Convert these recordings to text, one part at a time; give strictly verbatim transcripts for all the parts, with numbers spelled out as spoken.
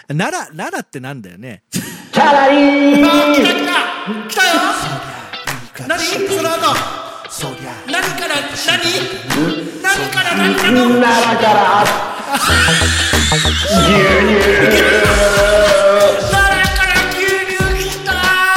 奈良、奈良ってなんだよね。 チャラリーあ、来た来た来たよ。何その後。そりゃ。何から何何から何からの奈良から牛乳奈良から牛乳来たー。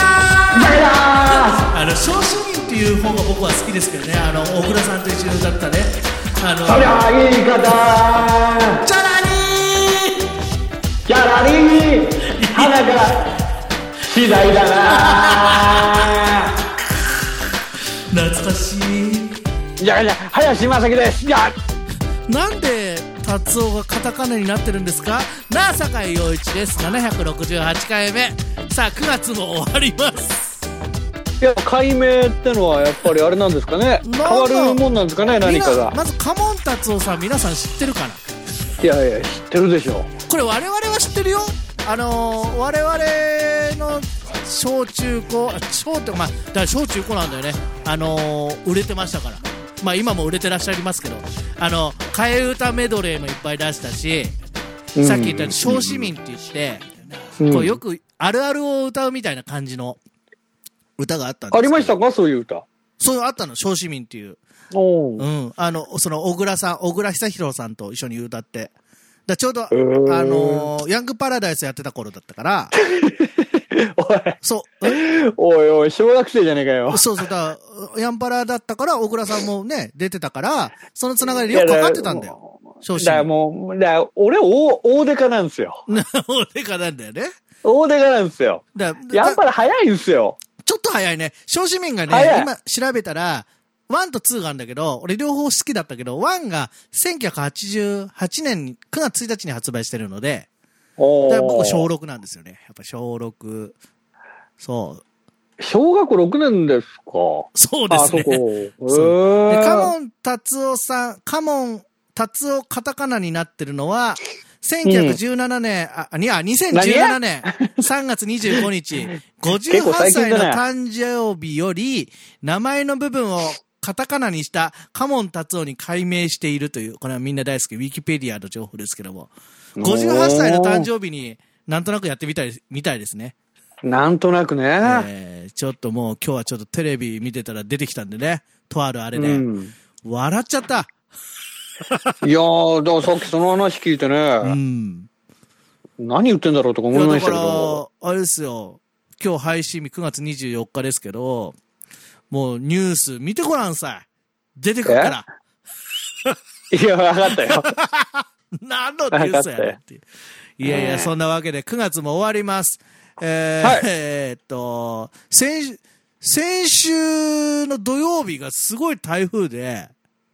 あの、小市民っていう方が僕は好きですけどね。あの、小倉さんと一緒に歌ったね。あの、 そりゃいい方チャラリーチャラリー花から次第だな懐かしい。 いやいや、林正樹です。いや、 なんで達夫がカタカナになってるんですか。なあ、酒井陽一です。ななひゃくろくじゅうはちかいめ。さあ、くがつも終わります。 いや、解明ってのはやっぱりあれなんですかね。変わるもんなんですかね、何かが。 まずカモン達夫さん、皆さん知ってるかな。 いやいや、知ってるでしょ。 これ我々は知ってるよ。あのー、我々の小中高、あ、小ってまあだから小中高なんだよね。あのー、売れてましたから。まあ今も売れてらっしゃいますけど、あの替え歌メドレーもいっぱい出したし、うん、さっき言った小市民って言って、うん、こうよくあるあるを歌うみたいな感じの歌があったんです。 ありましたか、そういう歌。 そうあったの、小市民っていう。 おうん、あのその小倉さん、小倉久弘さんと一緒に歌って。だちょうど、 えー、 あのー、ヤングパラダイスやってた頃だったから。 おい。 そう。 おいおい、小学生じゃねえかよ。 そうそう。だヤンパラだったから、小倉さんもね、出てたから、そのつながりでよくかかってたんだよ。 だからもう、だから俺大、大デカなんですよ。 大デカなんだよね。 大デカなんですよ。だヤンパラ早いんですよ。 ちょっと早いね。小市民がね、今調べたら、ワンとツーがあるんだけど、俺両方好きだったけど、ワンがせんきゅうひゃくはちじゅうはちねんにくがつついたちに発売してるので、だから僕小ろくなんですよね。やっぱ小ろく。そう。 小学校ろくねんですか。 そうですね。そうでカモン達夫さん、カモン達夫カタカナになってるのは、せんきゅうひゃくじゅうななねん、うん、あ、いや、にせんじゅうななねんさんがつにじゅうごにち、ごじゅうはっさいの誕生日より、名前の部分をカタカナにしたカモン達夫に改名しているという、これはみんな大好きウィキペディアの情報ですけども、ごじゅうはっさいの誕生日になんとなくやってみたい、みたいですね。 なんとなくね、 えー。ちょっともう今日はちょっとテレビ見てたら出てきたんでね、とあるあれで、うん、笑っちゃった。 いやー、だからさっきその話聞いてね、うん、何言ってんだろうとか思いましたけど。だからあれですよ、今日配信日くがつにじゅうよっかですけど、もうニュース見てごらんさい。出てくるから。 いや、わかったよ。 何のニュースやねんっていう。いやいや、そんなわけでくがつも終わります。えー、はい、えー、っと、先、先週の土曜日がすごい台風で。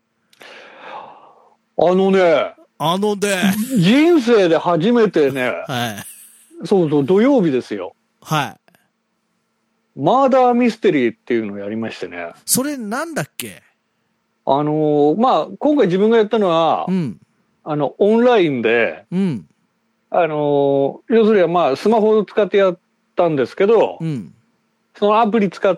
あのね。 あのね。 人生で初めてね。 はい。 そうそう、土曜日ですよ。 はい。 マーダーミステリーっていうのをやりましてね。 それなんだっけ？ あのー、まあ、今回自分がやったのは、うん、あの、オンラインで、うん、あのー、要するにまあ、スマホを使ってやったんですけど、うん、そのアプリ使って、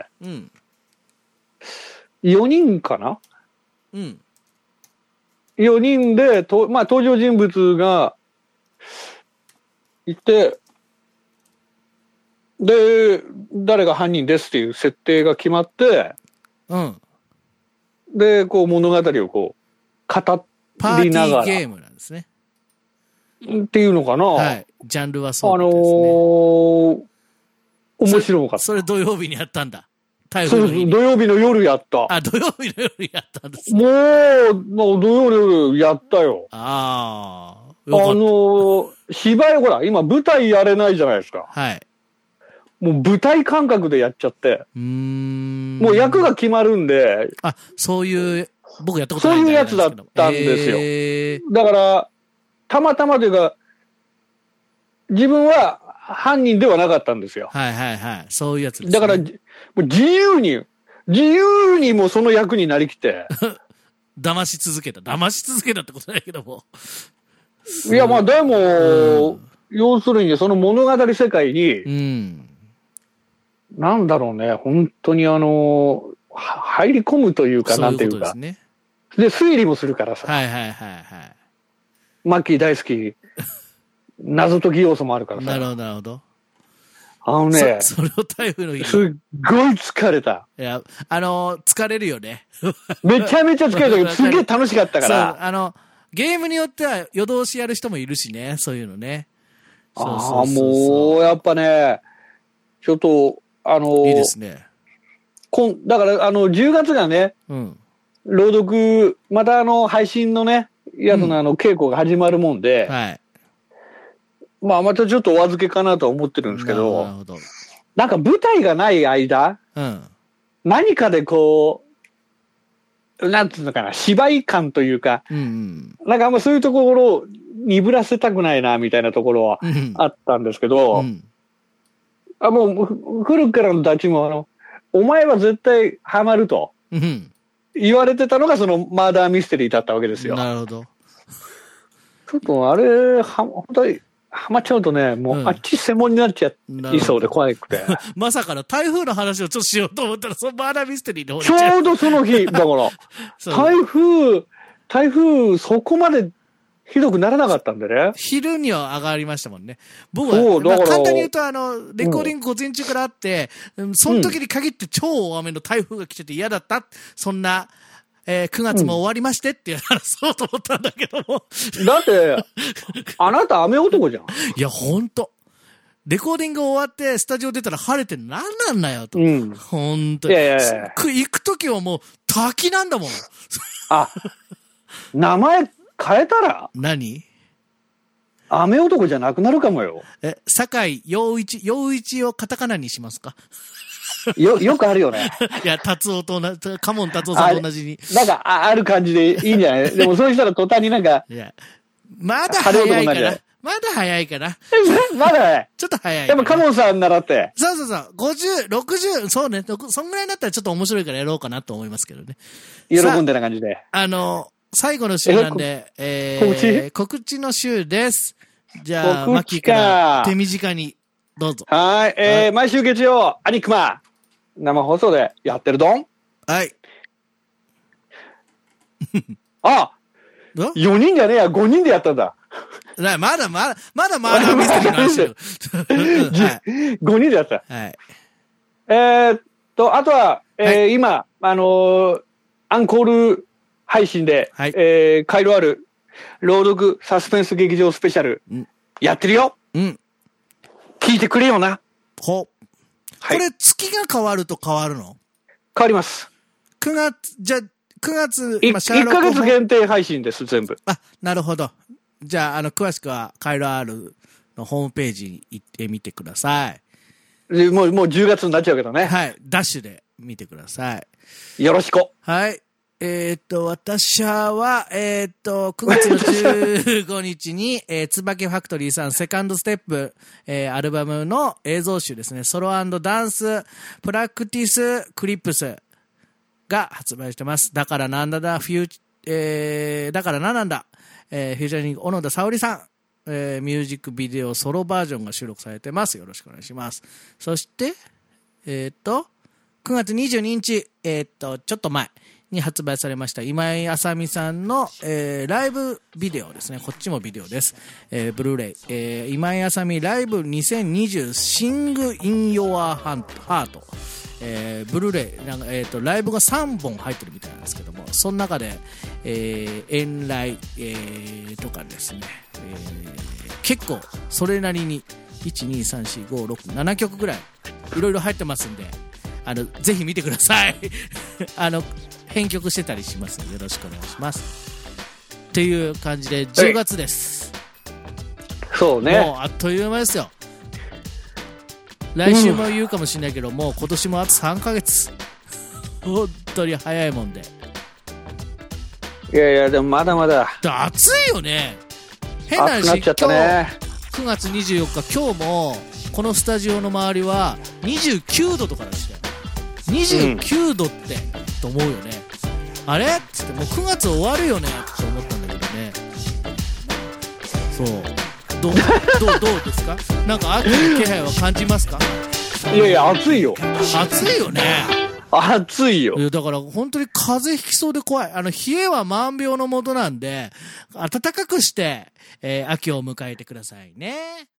うん、よにんかな？うん。よにんで、とまあ、登場人物がいて、で、誰が犯人ですっていう設定が決まって、うん。で、こう物語をこう、語りながら。 パーティーゲームなんですね。 っていうのかな。 はい。ジャンルはそうですね。 あのー、面白かった。 それ、それ土曜日にやったんだ。 台風の日に。そう、土曜日の夜やった。 あ、土曜日の夜やったんですね。 もう、もう土曜の夜やったよ。 ああ。 あのー、芝居ほら、今舞台やれないじゃないですか。 はい。 もう舞台感覚でやっちゃって。うーん。もう役が決まるんで。 あ、そういう、僕やったことないんそういうやつだったんですよ。えー、だから、たまたまというか、自分は犯人ではなかったんですよ。 はいはいはい。そういうやつです、ね。 だから、もう自由に、自由にもうその役になりきって。 騙し続けた。騙し続けたってことないけども。 いや、まあでも、うん、要するにその物語世界に、うん、なんだろうね、本当にあの、入り込むというか、なんていうか。そういうことですね。で、推理もするからさ。 はいはいはいはい。 マッキー大好き。 謎解き要素もあるからさ。 なるほど、なるほど。 あのね、 そ、それを台風の日に。 すっごい疲れた。 いや、あのー、疲れるよね。 めちゃめちゃ疲れたけど、すげえ楽しかったから。 そう、あの、ゲームによっては夜通しやる人もいるしね、そういうのね。 そうそうそうそう。ああ、もう、やっぱね、ちょっと、あのー、 いいですね。 こん、だから、あの、じゅうがつがね、うん、朗読、またあの、配信のね、やつのあの、稽古が始まるもんで、うん、はい。まあ、またちょっとお預けかなとは思ってるんですけど、なるほど。なんか舞台がない間、うん、何かでこう、なんつうのかな、芝居感というか、うんうん、なんかあんまそういうところを鈍らせたくないな、みたいなところはあったんですけど、うん、あもう、古くからのダチも、あの、お前は絶対ハマると、言われてたのがそのマーダーミステリーだったわけですよ。 なるほど。 ちょっとあれ、は、本当に、ハマっちゃうとね、もう、あっち専門になっちゃいそうで怖くて。 まさかの台風の話をちょっとしようと思ったら、そのマーダーミステリーの方に。 ちょうどその日、だから、台風、台風、そこまでひどくならなかったんでね。 昼には上がりましたもんね。僕は、まあ、簡単に言うと、あの、レコーディング午前中からあって、うん、その時に限って超大雨の台風が来てて嫌だった。そんな、えー、くがつも終わりましてって話そうと思ったんだけども。 だって、あなた雨男じゃん。 いや、ほんと。レコーディング終わってスタジオ出たら晴れて何なんだよと。うん。ほんとに。いやいやいや。行くときはもう滝なんだもん。 あ、名前変えたら何雨男じゃなくなるかもよ。 え、酒井陽一、陽一をカタカナにしますかよ、よくあるよね。 いや、達夫と同じ、カモン達夫さんと同じに。 なんかあ、ある感じでいいんじゃないでもそうしたら途端になんか。いや、 まだ早いから。まだ早いかな。 まだ早い。 ちょっと早い。 でもカモンさん習って。 そうそうそう。ごじゅう、ろくじゅう、そうね。そんぐらいになったらちょっと面白いからやろうかなと思いますけどね。 喜んでな感じで。 あの、最後の週なんで、えー、告知告知の週です。じゃあ、マッキーから手短にどうぞ。 はい。えー、毎週月曜、アニクマ、生放送でやってるどん。 はい。 あよにんじゃねえや、ごにんでやったんだ。 まだまだ、まだまだミステリーの話よ。 はい、ごにんでやった。 はい。 えー、っと、あとは、えーはい、今、あのー、アンコール配信で、はい、えー、回路ある朗読サスペンス劇場スペシャル、うん、やってるよ。うん。聞いてくれよな。 ほ。はい、これ月が変わると変わるの？ 変わります。 くがつ、じゃあ、くがつ、 今、シャーロック。いっかげつ限定配信です、全部。 あ、なるほど。じゃあ、あの、詳しくは、カイロ R のホームページに行ってみてください。もう、もうじゅうがつになっちゃうけどね。 はい。ダッシュで見てください。 よろしく。 はい。えー、っと、私は、えー、っと、くがつのじゅうごにちに、えー、椿ファクトリーさんセカンドステップ、えー、アルバムの映像集ですね。ソロ&ダンス、プラクティス、クリップスが発売してます。だからなんだだ、フュー、えー、だからなんなんだ。えー、フューチャリング小野田沙織さん、えー、ミュージックビデオソロバージョンが収録されてます。よろしくお願いします。そして、えー、っと、くがつにじゅうににち、えー、っと、ちょっと前に発売されました今井あさみさんの、えー、ライブビデオですね。こっちもビデオです。えー、ブルーレイ、えー、今井あさみライブにせんにじゅうシングインヨアハート。えー、ブルーレイなんか、えー、とライブがさんぼん入ってるみたいなんですけども、その中で、えー、遠来、えー、とかですね、えー、結構それなりにいち、に、さん、よん、ご、ろく、ななきょくぐらいいろいろ入ってますんで、あのぜひ見てくださいあの編曲してたりしますのでよろしくお願いしますっていう感じでじゅうがつです。 そうね、 もうあっという間ですよ。来週も言うかもしれないけど、うん、もう今年もあとさんかげつ本当に早いもんで。 いやいやでもまだまだ暑いよね。変な話、 暑くなっちゃったね。 くがつにじゅうよっか今日もこのスタジオの周りはにじゅうきゅうどとかでしたよ。にじゅうきゅうどって、うん、と思うよね。あれっつってもうくがつ終わるよねって思ったんだけどね。そうどう、どう、どうですか？なんか秋の気配は感じますか？ いやいや暑いよ。 暑いよね。 暑いよ。 だから本当に風邪ひきそうで怖い。あの、冷えは万病のもとなんで、暖かくして、えー、秋を迎えてくださいね。